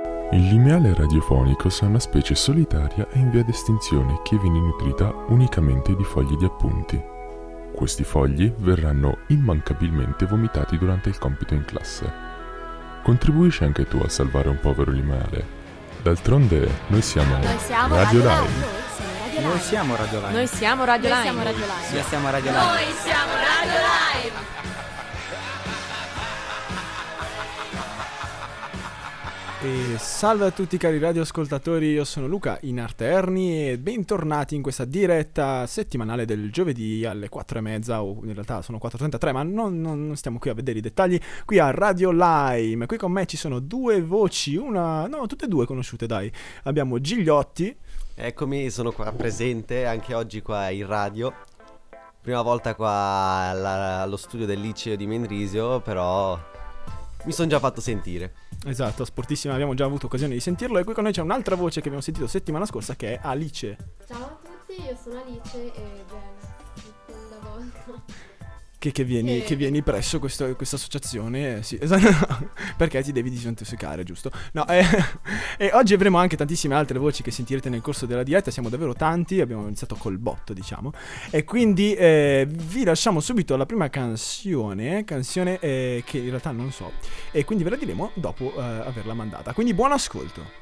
Il limeale radiofonico è una specie solitaria e in via d'estinzione che viene nutrita unicamente di fogli di appunti. Questi fogli verranno immancabilmente vomitati durante il compito in classe. Contribuisci anche tu a salvare un povero limeale. D'altronde noi siamo Radio Live. Noi siamo Radio Live. Noi siamo Radio Live. Noi siamo Radio Live. Noi siamo Radio Live. E salve a tutti cari radioascoltatori, io sono Luca in arte Erni e bentornati in questa diretta settimanale del giovedì alle 4:30, o in realtà sono 4:33, ma non stiamo qui a vedere i dettagli, qui a Radio Lime. Qui con me ci sono due voci, tutte e due conosciute, dai. Abbiamo Gigliotti. Eccomi, sono qua presente anche oggi qua in radio. Prima volta qua allo studio del liceo di Mendrisio, però mi sono già fatto sentire. Esatto, sportissima, abbiamo già avuto occasione di sentirlo. E qui con noi c'è un'altra voce che abbiamo sentito settimana scorsa, che è Alice. Ciao a tutti, io sono Alice e seconda volta Che vieni presso questa associazione, sì, esatto, perché ti devi disintossicare, giusto? No, e oggi avremo anche tantissime altre voci che sentirete nel corso della diretta. Siamo davvero tanti, abbiamo iniziato col botto, diciamo. E quindi vi lasciamo subito la prima canzone che in realtà non so, e quindi ve la diremo dopo averla mandata. Quindi buon ascolto.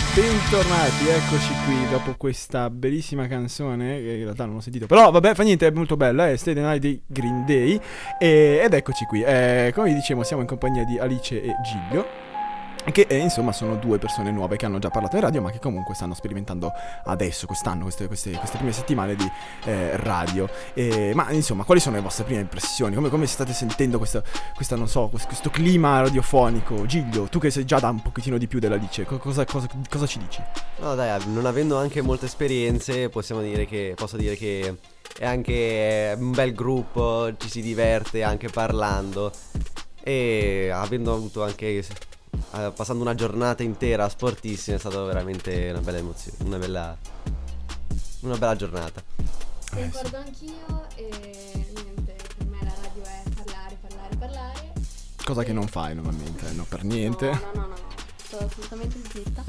Bentornati, eccoci qui dopo questa bellissima canzone che in realtà non ho sentito, però vabbè, fa niente, è molto bella, è Stay the Night dei Green Day ed eccoci qui, come vi dicevo siamo in compagnia di Alice e Giglio, che insomma sono due persone nuove che hanno già parlato in radio ma che comunque stanno sperimentando adesso, quest'anno, queste prime settimane di radio. Ma insomma, quali sono le vostre prime impressioni? Come state sentendo questa non so, questo clima radiofonico? Giglio, tu che sei già da un pochettino di più dell'Alice, cosa ci dici? No dai, non avendo anche molte esperienze posso dire che è anche un bel gruppo, ci si diverte anche parlando, e avendo avuto anche passando una giornata intera sportissima è stata veramente una bella emozione, una bella giornata. Concordo anch'io e niente, per me la radio è parlare. Cosa che non fai normalmente, no, per niente. No, sto assolutamente zitta.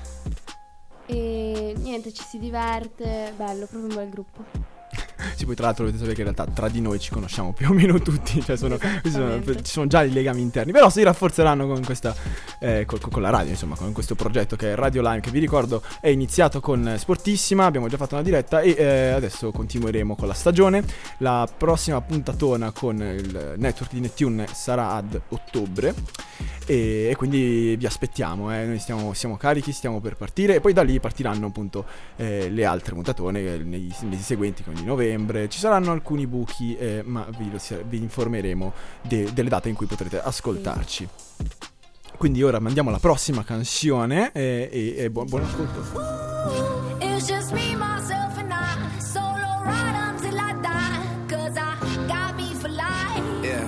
E niente, ci si diverte, bello, proprio un bel gruppo. Sì, poi tra l'altro dovete sapere che in realtà tra di noi ci conosciamo più o meno tutti, cioè ci sono già i legami interni, però si rafforzeranno con questa con la radio, insomma, con questo progetto che è Radio Lime, che vi ricordo è iniziato con Sportissima, abbiamo già fatto una diretta e adesso continueremo con la stagione. La prossima puntatona con il network di Nettune sarà ad ottobre e quindi vi aspettiamo, noi siamo carichi, stiamo per partire e poi da lì partiranno appunto le altre puntatone nei mesi seguenti, quindi novembre. Ci saranno alcuni buchi, ma vi informeremo delle date in cui potrete ascoltarci. Quindi ora mandiamo la prossima canzone e buon ascolto. It's just me, myself and I, solo ride until I die, 'cause I got me for life. Yeah.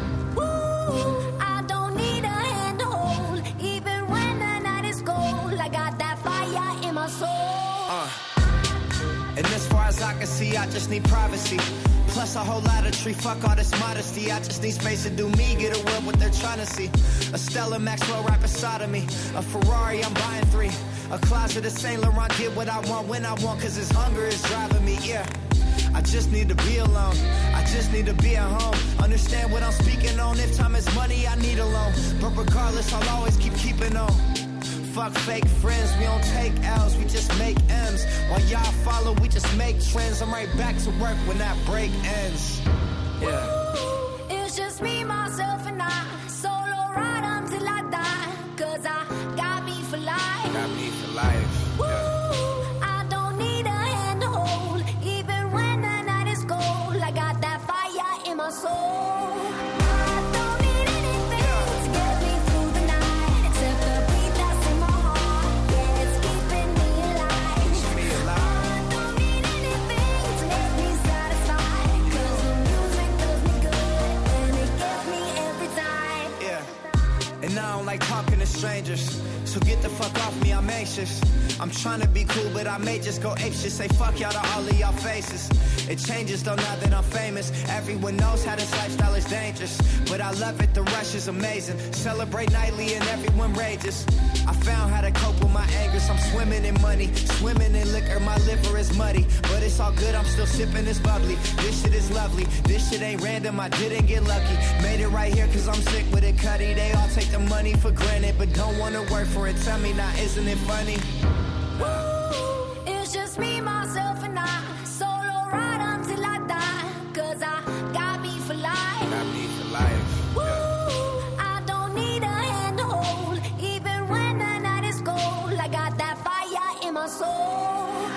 I don't need a hand to hold, even when the night is cold. I got that fire in my soul. And as far as I can see, I just need privacy. Plus a whole lot of tree, fuck all this modesty. I just need space to do me, get away what they're trying to see. A Stella Maxwell right beside of me. A Ferrari, I'm buying 3. A closet of Saint Laurent, get what I want when I want, 'cause this hunger is driving me, yeah. I just need to be alone, I just need to be at home. Understand what I'm speaking on, if time is money, I need a loan. But regardless, I'll always keeping on. Fuck fake friends, we don't take L's, we just make M's. While y'all follow, we just make trends. I'm right back to work when that break ends. Yeah. It's just me, myself and I, solo ride until I die, 'cause I got me for life. Got me for life. I don't need a hand to hold, even when the night is cold. I got that fire in my soul. Like talking to strangers, so get the fuck off me, I'm anxious. I'm trying to be cool, but I may just go apeshit. Say fuck y'all to all of y'all faces. It changes though now that I'm famous. Everyone knows how this lifestyle is dangerous, but I love it, the rush is amazing. Celebrate nightly and everyone rages. I found how to cope with my angers. I'm swimming in money, swimming in liquor. My liver is muddy, but it's all good, I'm still sipping this bubbly. This shit is lovely, this shit ain't random, I didn't get lucky. Made it right here 'cause I'm sick with it, Cuddy. They all take the money for granted, but don't wanna work for it. Tell me now, isn't it funny? It's just me, myself and I, solo ride until I die, 'cause I got me for life. Got me for life. I don't need a hand to hold, even when the night is cold. I got that fire in my soul.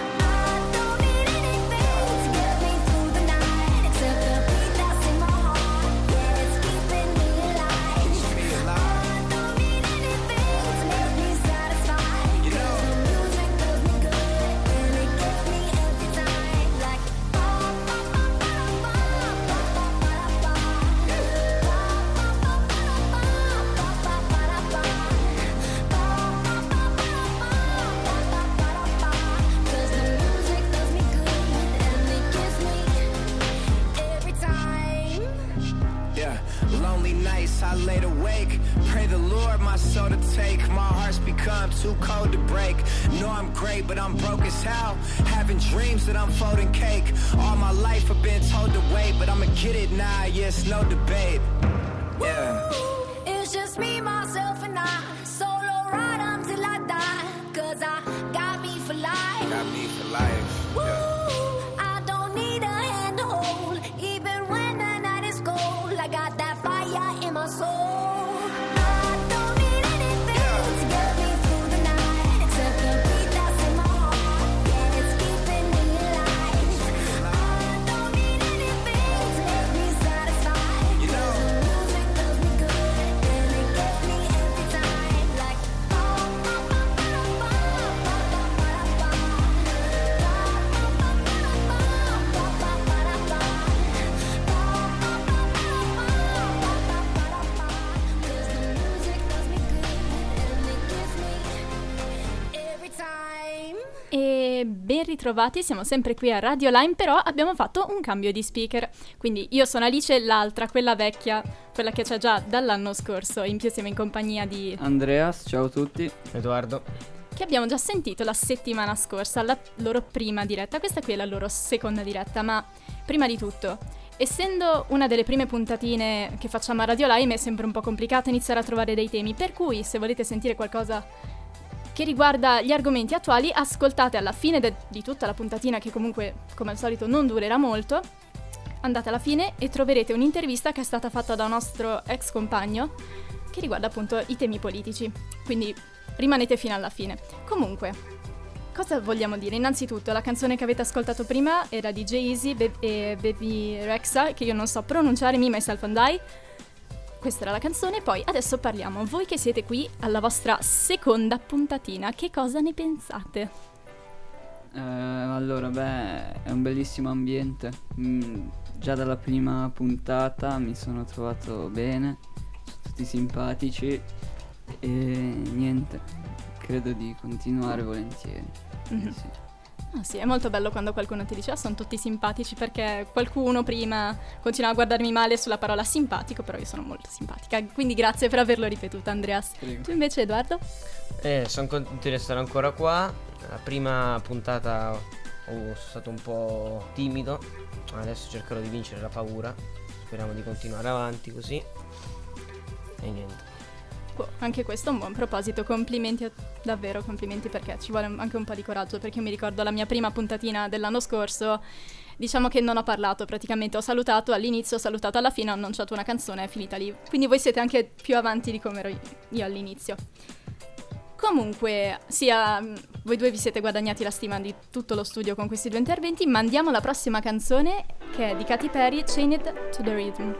I laid awake, pray the Lord my soul to take. My heart's become too cold to break. Know I'm great, but I'm broke as hell. Having dreams that I'm folding cake. All my life I've been told to wait, but I'ma get it now, yes, no debate. Yeah. It's just me, myself and I, solo ride until I die, 'cause I got me for life. Yeah. I don't need a hand to hold, even when the night is cold. I got that fire in my soul. I don't need anything to get me through the night, except the beat that's in my heart. Yeah, it's keeping me alive. I don't need anything to make me satisfied. You know. The music does me good, and it gets me every time. Like E ben ritrovati, siamo sempre qui a Radio Lime, però abbiamo fatto un cambio di speaker. Quindi io sono Alice, l'altra, quella vecchia, quella che c'è già dall'anno scorso. In più siamo in compagnia di Andreas, ciao a tutti. Edoardo. che abbiamo già sentito la settimana scorsa, la loro prima diretta. Questa qui è la loro seconda diretta, ma prima di tutto, essendo una delle prime puntatine che facciamo a Radio Lime, è sempre un po' complicato iniziare a trovare dei temi, per cui se volete sentire qualcosa che riguarda gli argomenti attuali, ascoltate alla fine di tutta la puntatina, che comunque come al solito non durerà molto. Andate alla fine e troverete un'intervista che è stata fatta da un nostro ex compagno che riguarda appunto i temi politici, quindi rimanete fino alla fine. Comunque, cosa vogliamo dire? Innanzitutto, la canzone che avete ascoltato prima era di Jay-Z e Baby Rexha, che io non so pronunciare, Me, Myself and I. Questa era la canzone. Poi adesso parliamo, voi che siete qui alla vostra seconda puntatina, che cosa ne pensate? Allora, è un bellissimo ambiente. Già dalla prima puntata mi sono trovato bene, sono tutti simpatici e niente, credo di continuare volentieri. Mhm. Sì. Ah sì, è molto bello quando qualcuno ti dice sono tutti simpatici, perché qualcuno prima continuava a guardarmi male sulla parola simpatico, però io sono molto simpatica, quindi grazie per averlo ripetuto, Andreas. Prego. Tu invece, Edoardo? Sono contento di essere ancora qua. La prima puntata sono stato un po' timido, adesso cercherò di vincere la paura. Speriamo di continuare avanti così. E niente. Anche questo è un buon proposito, complimenti, davvero complimenti, perché ci vuole anche un po' di coraggio, perché io mi ricordo la mia prima puntatina dell'anno scorso, diciamo che non ho parlato praticamente, ho salutato all'inizio, ho salutato alla fine, ho annunciato una canzone, è finita lì, quindi voi siete anche più avanti di come ero io all'inizio. Comunque, sia voi due vi siete guadagnati la stima di tutto lo studio con questi due interventi, ma andiamo alla prossima canzone, che è di Katy Perry, Chain It to the Rhythm.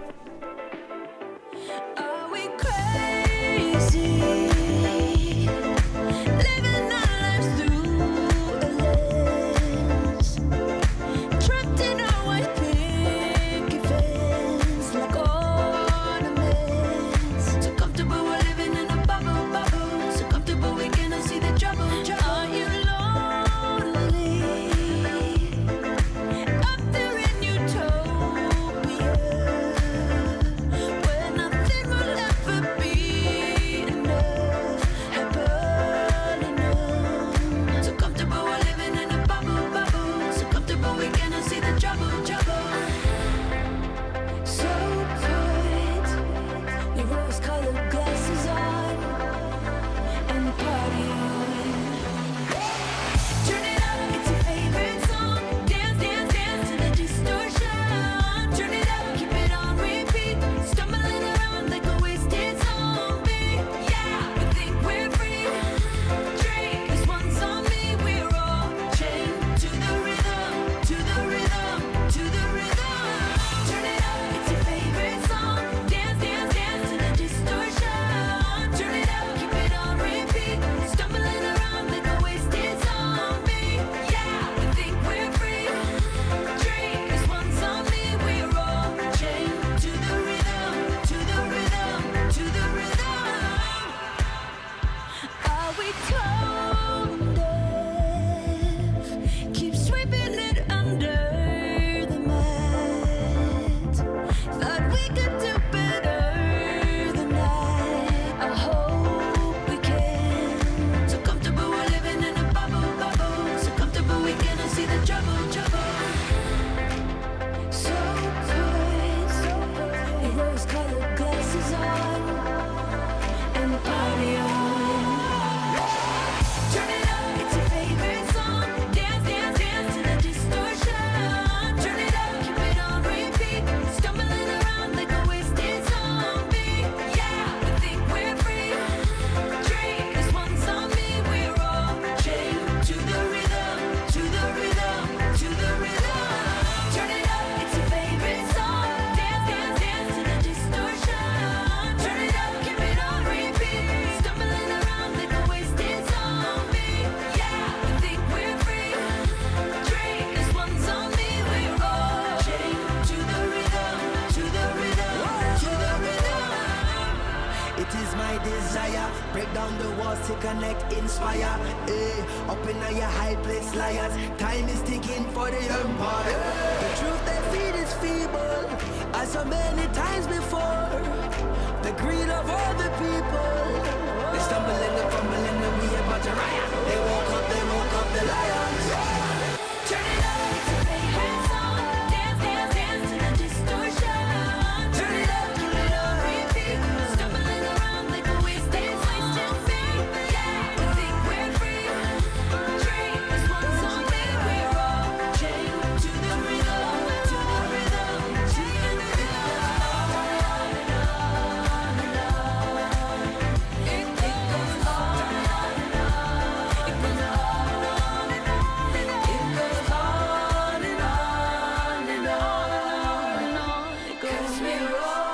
your neck inspire. Up in your high place liars. Time is ticking for the empire. The truth they feed is feeble, as so many times before. The greed of all the people. They stumble and they fumble and we about to riot. They woke up the lions. Turn it up. Hands on, dance, dance, dance to the distortion. Turn it up. Repeat, stumbling around like a wasted feet. Yeah, we think we're free. Drink this one song, we're all chained to the rhythm, to the rhythm, to the rhythm. On and on and on. It goes on and on and on. It goes on and on and on. It goes on and on and on and on. 'Cause we're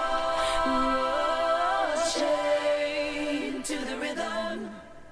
all chained to the rhythm.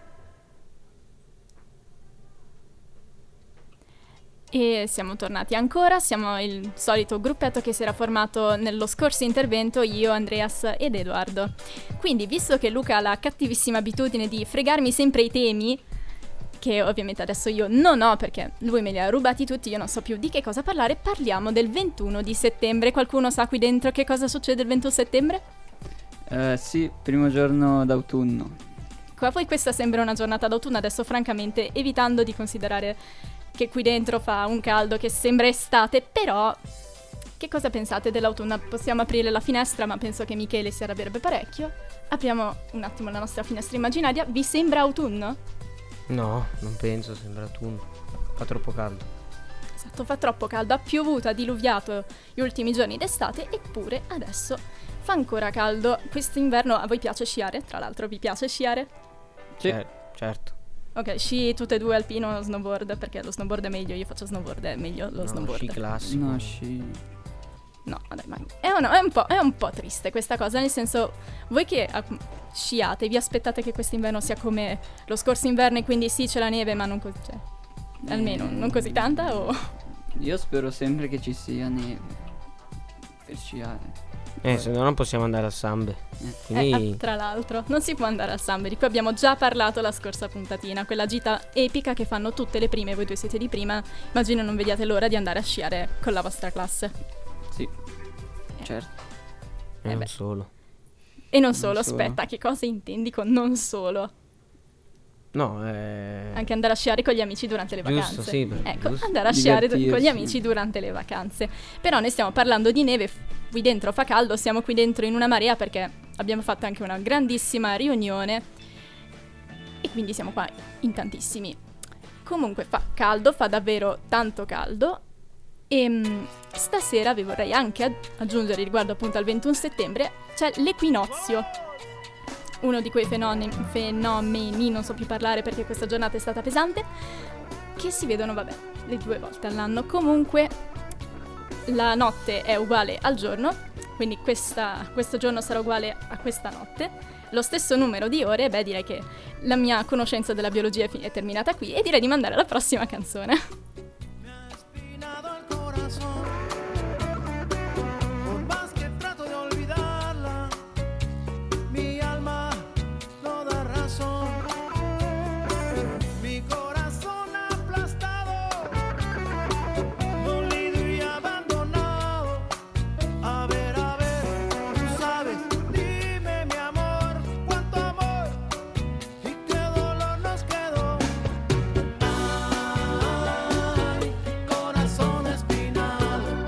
E siamo tornati ancora, siamo il solito gruppetto che si era formato nello scorso intervento, io, Andreas ed Edoardo. Quindi, visto che Luca ha la cattivissima abitudine di fregarmi sempre i temi, che ovviamente adesso io non ho perché lui me li ha rubati tutti, io non so più di che cosa parlare, parliamo del 21 di settembre. Qualcuno sa qui dentro che cosa succede il 21 settembre? Sì, primo giorno d'autunno. A voi questa sembra una giornata d'autunno, adesso francamente evitando di considerare che qui dentro fa un caldo che sembra estate, però che cosa pensate dell'autunno? Possiamo aprire la finestra, ma penso che Michele si arrabbierebbe parecchio. Apriamo un attimo la nostra finestra immaginaria. Vi sembra autunno? No, non penso, sembra autunno. Fa troppo caldo. Esatto, fa troppo caldo, ha piovuto, ha diluviato gli ultimi giorni d'estate, eppure adesso fa ancora caldo. Quest'inverno a voi piace sciare? Tra l'altro vi piace sciare? Sì. Certo. Ok, sci tutte e due, alpino o snowboard, perché lo snowboard è meglio, io faccio snowboard, è meglio lo No, snowboard. sci classico. No, sci. No, vabbè, ma è un po' triste questa cosa, nel senso, voi che sciate, vi aspettate che quest'inverno sia come lo scorso inverno e quindi sì c'è la neve, ma non così, cioè, almeno non così tanta o... Io spero sempre che ci sia neve per sciare. Se no non possiamo andare al Sambe. Quindi tra l'altro, non si può andare al Sambe, di cui abbiamo già parlato la scorsa puntatina, quella gita epica che fanno tutte le prime, voi due siete di prima, immagino non vediate l'ora di andare a sciare con la vostra classe. Sì, certo. e non solo. E non solo, solo. aspetta, che cosa intendi con non solo? No, Anche andare a sciare con gli amici durante le Giusto, vacanze. sì, Ecco, giusto. andare a sciare con gli Divertirsi. amici durante le vacanze. Però noi stiamo parlando di neve, qui dentro fa caldo, siamo qui dentro in una marea perché abbiamo fatto anche una grandissima riunione e quindi siamo qua in tantissimi. Comunque fa caldo, fa davvero tanto caldo e stasera vi vorrei anche aggiungere riguardo appunto al 21 settembre c'è l'equinozio. Uno di quei fenomeni, non so più parlare perché questa giornata è stata pesante, che si vedono, vabbè, le 2 volte all'anno. Comunque la notte è uguale al giorno, quindi questo giorno sarà uguale a questa notte. Lo stesso numero di ore, beh, direi che la mia conoscenza della biologia è terminata qui e direi di mandare alla prossima canzone. Espinado el corazón, por más que trato de olvidarla, mi alma no da razón, mi corazón aplastado, dolido y abandonado. A ver, tú sabes, dime mi amor, cuánto amor y qué dolor nos quedó. Ay, corazón espinado.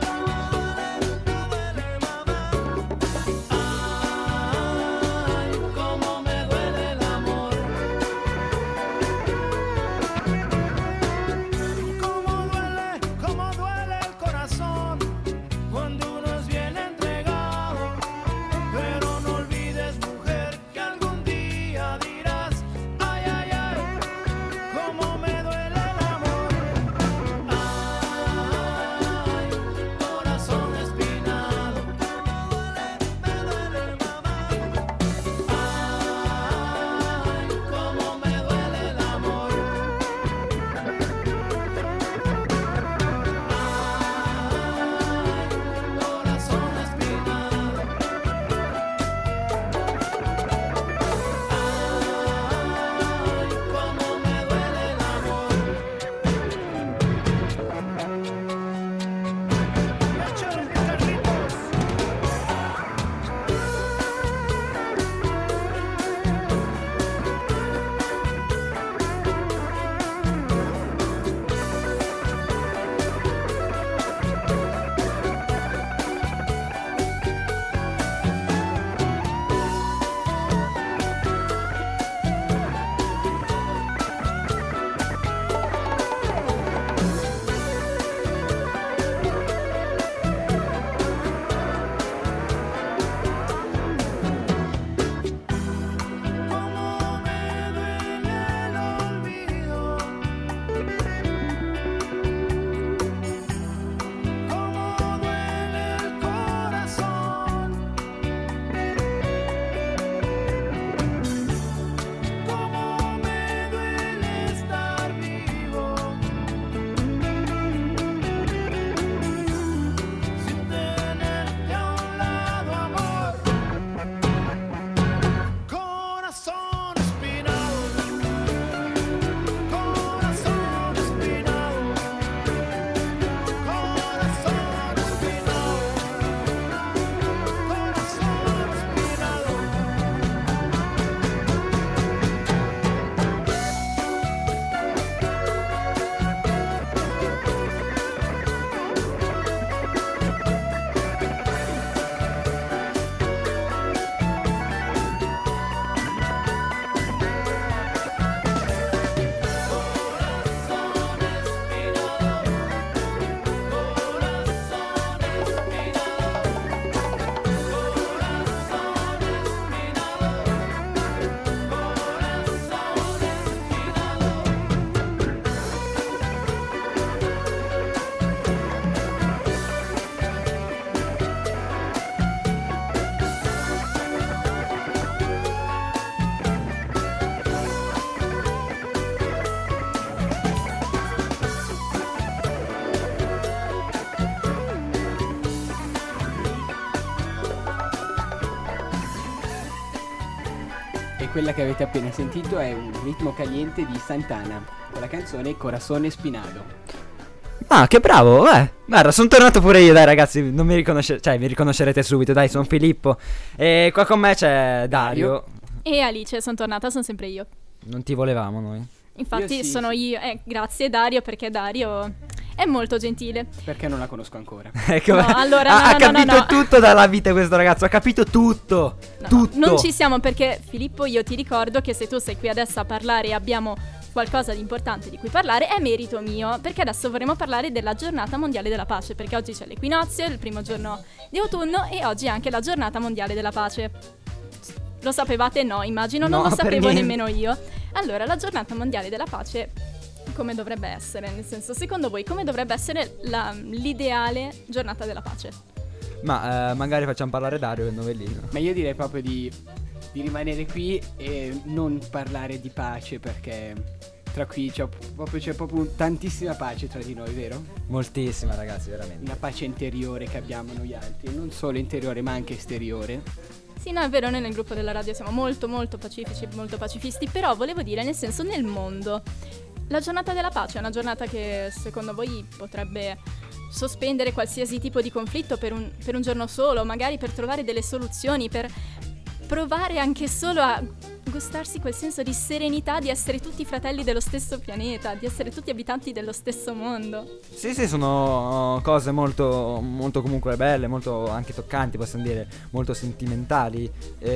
quella che avete appena sentito è un ritmo caliente di Santana con la canzone Corazón Espinado. Ah, che bravo, guarda, sono tornato pure io, dai ragazzi, non mi riconoscerete, mi riconoscerete subito, dai, sono Filippo. E qua con me c'è Dario. E Alice, sono tornata, sono sempre io. Non ti volevamo noi. Infatti Io sì, sono sì. io, grazie Dario, perché Dario è molto gentile. Perché non la conosco ancora. Ecco, No, allora, ha no, capito no. tutto dalla vita questo ragazzo, ha capito tutto. No, tutto. non ci siamo perché Filippo, io ti ricordo che se tu sei qui adesso a parlare e abbiamo qualcosa di importante di cui parlare è merito mio, perché adesso vorremmo parlare della giornata mondiale della pace, perché oggi c'è l'equinozio, il primo giorno di autunno e oggi è anche la giornata mondiale della pace. Lo sapevate? No, immagino, non No, lo per sapevo niente. nemmeno io. Allora, la giornata mondiale della pace come dovrebbe essere? Nel senso, secondo voi come dovrebbe essere l'ideale giornata della pace? Ma magari facciamo parlare Dario, che è novellino. Ma io direi proprio di rimanere qui e non parlare di pace, perché c'è proprio tantissima pace tra di noi, vero? Moltissima ragazzi, veramente. Una pace interiore che abbiamo noi altri, non solo interiore ma anche esteriore. Sì, no, è vero, noi nel gruppo della radio siamo molto molto pacifici, molto pacifisti, però volevo dire, nel senso, nel mondo, la giornata della pace è una giornata che secondo voi potrebbe sospendere qualsiasi tipo di conflitto per un giorno solo, magari per trovare delle soluzioni, per provare anche solo a gustarsi quel senso di serenità, di essere tutti fratelli dello stesso pianeta, di essere tutti abitanti dello stesso mondo. Sì, sono cose molto, molto comunque belle, molto anche toccanti, possiamo dire, molto sentimentali.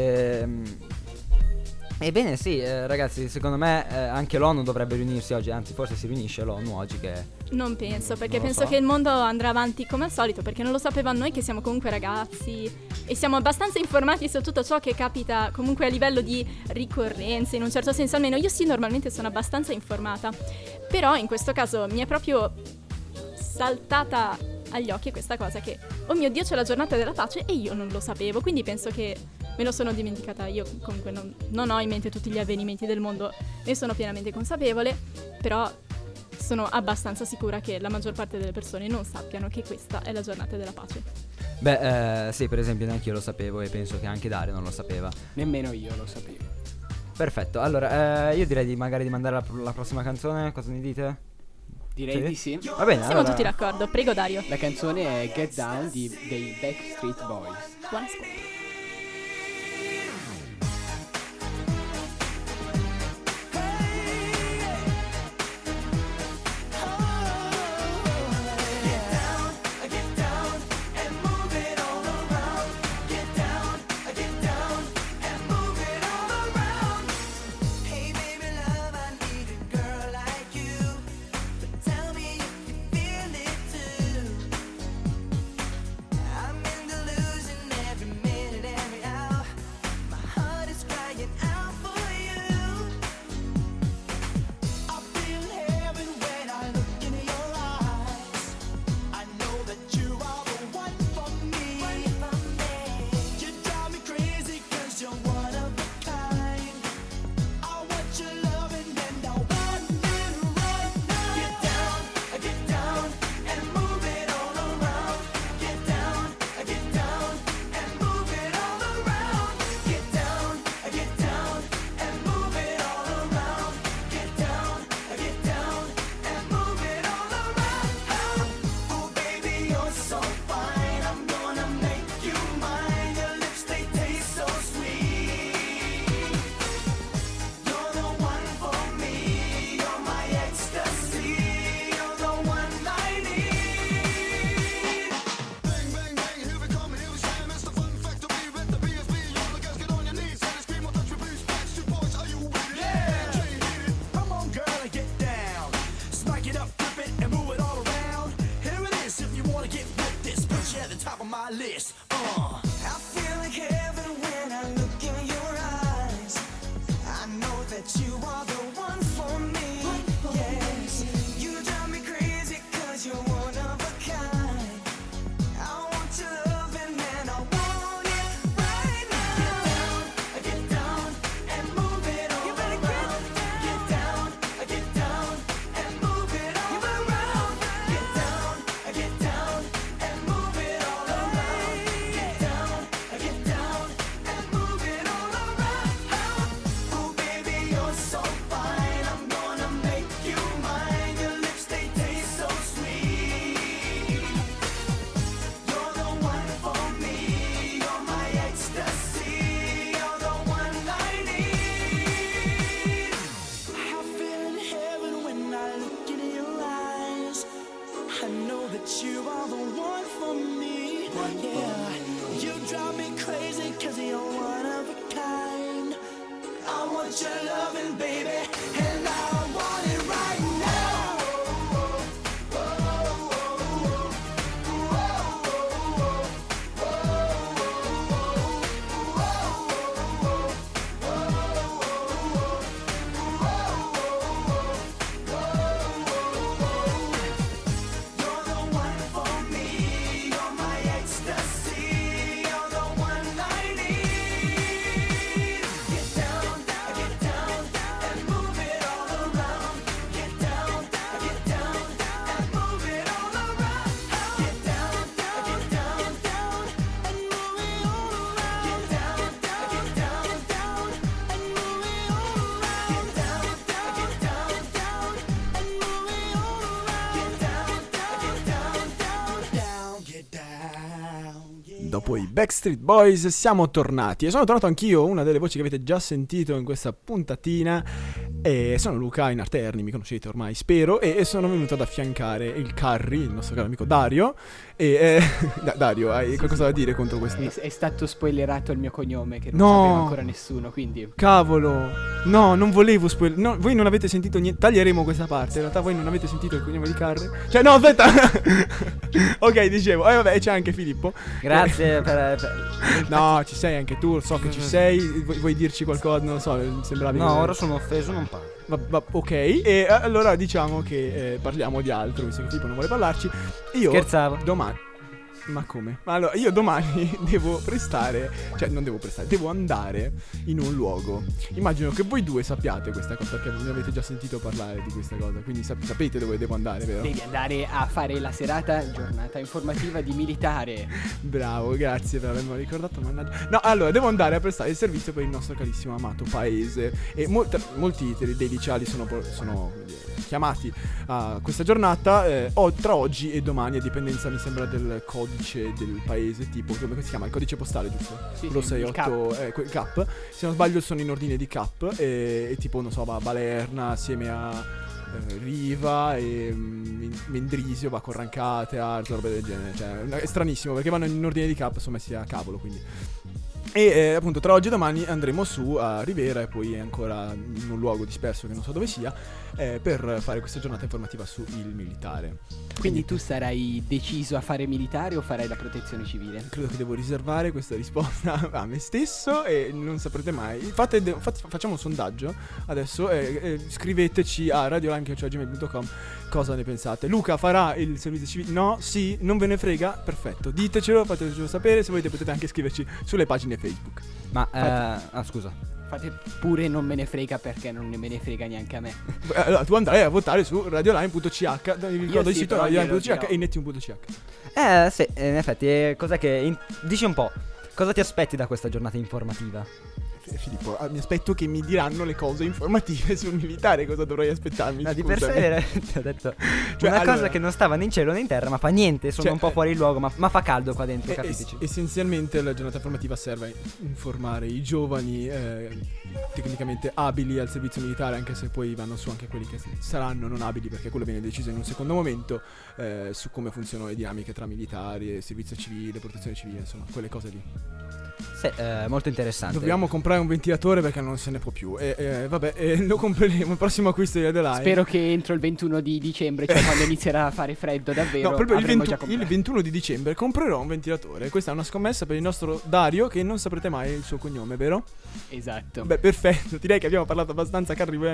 Ebbene sì, ragazzi, secondo me anche l'ONU dovrebbe riunirsi oggi, anzi forse si riunisce l'ONU oggi che... Non penso, perché Non lo penso so. che il mondo andrà avanti come al solito, perché non lo sapevamo noi che siamo comunque ragazzi e siamo abbastanza informati su tutto ciò che capita comunque a livello di ricorrenze, in un certo senso, almeno io sì, normalmente sono abbastanza informata, però in questo caso mi è proprio saltata agli occhi questa cosa che, oh mio Dio, c'è la giornata della pace e io non lo sapevo, quindi penso che me lo sono dimenticata. Io comunque non ho in mente tutti gli avvenimenti del mondo, ne sono pienamente consapevole, però sono abbastanza sicura che la maggior parte delle persone non sappiano che questa è la giornata della pace. Beh, sì, per esempio neanche io lo sapevo e penso che anche Dario non lo sapeva. Nemmeno io lo sapevo. Perfetto, allora io direi magari di mandare la prossima canzone, cosa ne dite? Direi di sì. Va bene, Siamo allora... tutti d'accordo, prego Dario. La canzone è Get Down dei Backstreet Boys. Buon ascolto. I'm in delusion every minute. that you are the one for me. Yeah, you drive me crazy 'cause you're one of a kind. I want your loving, baby, and I want it right now. Dopo i Backstreet Boys siamo tornati e sono tornato anch'io, una delle voci che avete già sentito in questa puntatina, e sono Luca Inarterni, mi conoscete ormai spero, e sono venuto ad affiancare il Carri, il nostro caro amico Dario. E Dario, hai qualcosa da dire contro questo? È stato spoilerato il mio cognome che non No. sapeva ancora nessuno, quindi Cavolo, no, non volevo no, voi non avete sentito niente, taglieremo questa parte, in realtà voi non avete sentito il cognome di Carri. Cioè no, aspetta. Ok, dicevo, vabbè, c'è anche Filippo. Grazie per... No, ci sei anche tu, so che ci sei, vuoi dirci qualcosa, non lo so, sembravi... No, ora sono offeso, non parlo. Ok, e allora diciamo che parliamo di altro, visto che Filippo non vuole parlarci. Io Scherzavo. domani... Ma come? Allora, io domani devo devo andare in un luogo. Immagino che voi due sappiate questa cosa, perché mi avete già sentito parlare di questa cosa, quindi sapete dove devo andare, vero? devi andare a fare la giornata informativa di militare. Bravo, grazie per avermelo ricordato, mannaggia. No, allora, devo andare a prestare il servizio per il nostro carissimo amato paese. E molti dei liceali sono chiamati a questa giornata tra oggi e domani, a dipendenza, mi sembra, del codice del paese, tipo, come si chiama? Il codice postale, giusto? Sì, Quello sì, 68, il CAP. Se non sbaglio sono in ordine di CAP, e tipo, non so, va a Balerna assieme a Riva, e Mendrisio va con Rancate, Arzo, roba del genere. Cioè, è stranissimo perché vanno in ordine di CAP, sono messi a cavolo, quindi. E appunto tra oggi e domani andremo su a Rivera e poi ancora in un luogo disperso che non so dove sia, per fare questa giornata informativa sul militare. Quindi tu sarai deciso a fare militare o farai la protezione civile? Credo che devo riservare questa risposta a me stesso e non saprete mai. Facciamo un sondaggio adesso, scriveteci a radiolime@gmail.com cosa ne pensate. Luca farà il servizio civile? No? Sì? Non ve ne frega? Perfetto, ditecelo, fatecelo sapere. Se volete potete anche scriverci sulle pagine Facebook. Ma scusa, Fate pure non me ne frega, perché non me ne frega neanche a me. Allora tu andrai a votare su radioline.ch, vi ricordo il sito radioline.ch e netti1.ch. Sì, in effetti, cos'è che... dici un po', cosa ti aspetti da questa giornata informativa? Filippo, mi aspetto che mi diranno le cose informative sul militare, cosa dovrei aspettarmi? No, di per sé ti ho detto una cosa che non stava né in cielo né in terra, ma fa niente, sono un po' fuori luogo, ma fa caldo qua dentro, capiteci. Essenzialmente la giornata informativa serve a informare i giovani tecnicamente abili al servizio militare, anche se poi vanno su anche quelli che saranno non abili, perché quello viene deciso in un secondo momento, su come funzionano le dinamiche tra militari, servizio civile, protezione civile, insomma, quelle cose lì. Sì, molto interessante. Dobbiamo comprare un ventilatore perché non se ne può più. Vabbè, lo compreremo il prossimo acquisto di Radioline. Spero che entro il 21 di dicembre, cioè quando inizierà a fare freddo davvero, no, proprio il 21 di dicembre comprerò un ventilatore. Questa è una scommessa per il nostro Dario, che non saprete mai il suo cognome, vero? Esatto. Beh, perfetto. Direi che abbiamo parlato abbastanza.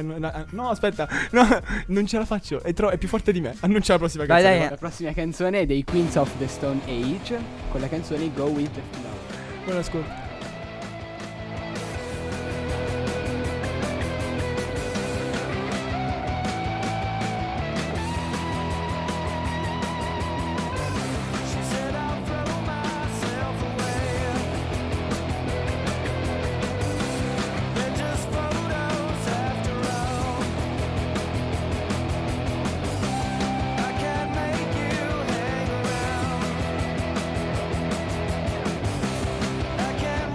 No, aspetta, no, non ce la faccio. È più forte di me. Annuncia la prossima canzone. Dai. La prossima canzone è dei Queens of the Stone Age, con la canzone Go With The Flow. Buon ascolto. I can't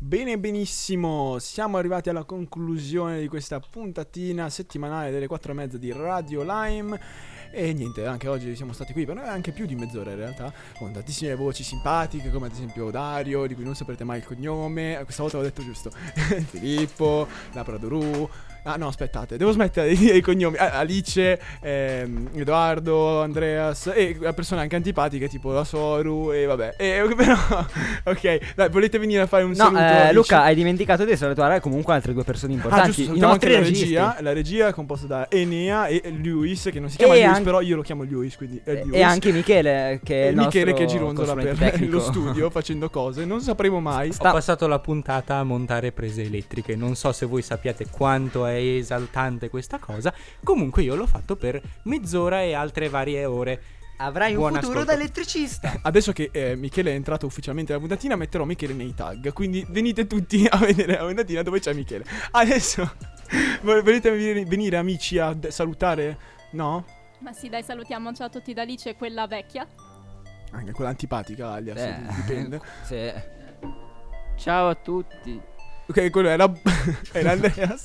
Bene, benissimo, siamo arrivati alla conclusione di questa puntatina settimanale delle 4:30 di Radio Lime. E niente, anche oggi siamo stati qui per anche più di mezz'ora in realtà, con tantissime voci simpatiche, come ad esempio Dario, di cui non saprete mai il cognome, questa volta l'ho detto giusto, Filippo, Labradorù. Ah no, aspettate, devo smettere di dire i cognomi. Alice, Edoardo, Andreas e persone anche antipatiche tipo la Soru e vabbè. Però ok, dai, volete venire a fare un saluto? Luca, hai dimenticato di salutare comunque altre due persone importanti. Giusto, I nostri anche registi. la regia è composta da Enea e Lewis, che non si chiama Lewis, però io lo chiamo Lewis, quindi è Lewis. E anche Michele, che è il Michele nostro che gironzola per tecnico. lo studio facendo cose, non sapremo mai. Ho passato la puntata a montare prese elettriche. Non so se voi sappiate quanto è esaltante questa cosa. Comunque io l'ho fatto per mezz'ora e altre varie ore. Avrai Buon un futuro ascolto. da elettricista. Adesso che Michele è entrato ufficialmente nella puntatina, metterò Michele nei tag, quindi venite tutti a vedere la puntatina dove c'è Michele. Adesso volete venire amici a salutare? No? Ma sì, dai, salutiamo. Ciao a tutti da Alice, quella vecchia. Anche quella antipatica, alias, dipende. Sì. Ciao a tutti. Ok, quello era Andreas.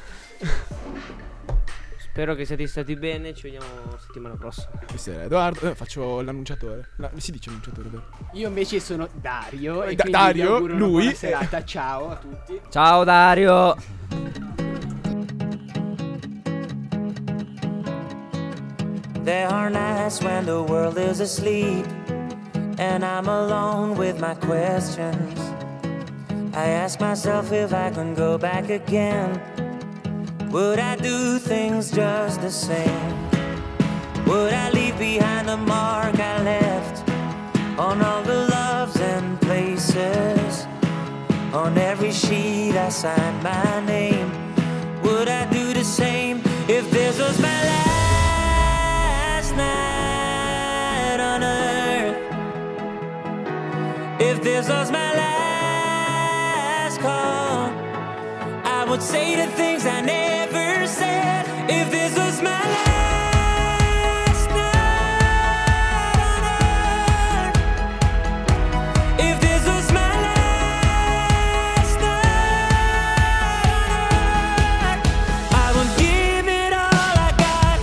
Spero che siate stati bene, ci vediamo settimana prossima. Questo era Edoardo, faccio l'annunciatore. Si dice annunciatore, vero? Io invece sono Dario e Dario, vi auguro una lui buona serata. Ciao a tutti. Ciao Dario. There are nights when the world is asleep and I'm alone with my questions. I ask myself if I can go back again. Would I do things just the same? Would I leave behind the mark I left on all the loves and places? On every sheet I signed my name. Would I do the same if this was my last night on earth? If this was my last call, I would say the things I never said. If this was my last night on earth, if this was my last night on earth, I would give it all I got.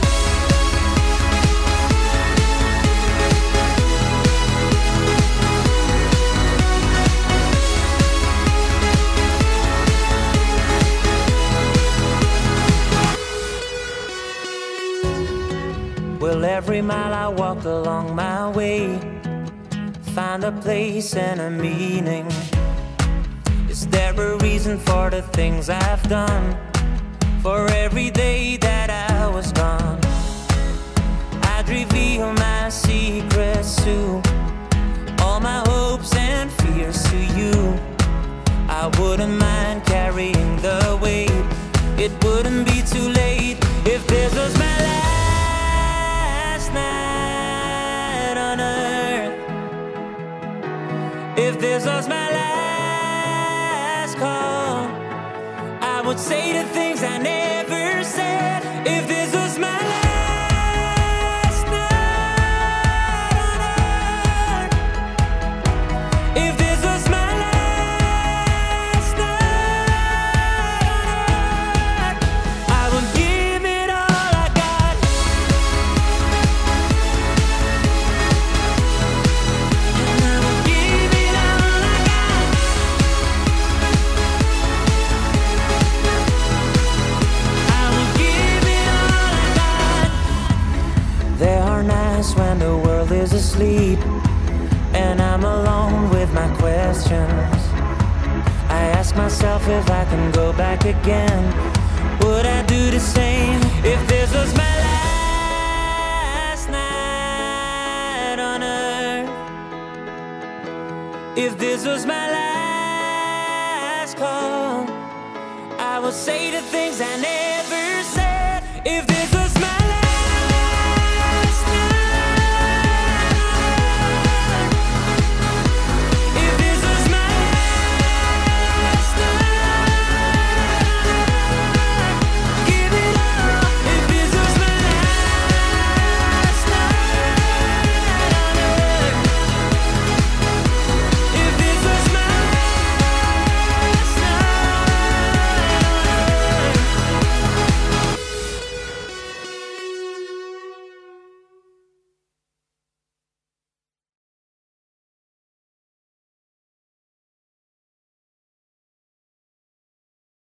Well, every mile I walked along my way, find a place and a meaning. Is there a reason for the things I've done? For every day that I was gone, I'd reveal my secrets to all my hopes and fears to you. I wouldn't mind carrying the weight. It wouldn't be too late if this was my last night on earth. If this was my last call, I would say the things I never said. If this was my last night on earth, if this was my last night on earth, I would give it all I got. And I would give it all I got. I would give it all I got. There are nights when the world is asleep and I'm alone with my questions. I ask myself if I can go back again. Would I do the same if this was my last night on earth? If this was my last call, I would say the things I never said. If this was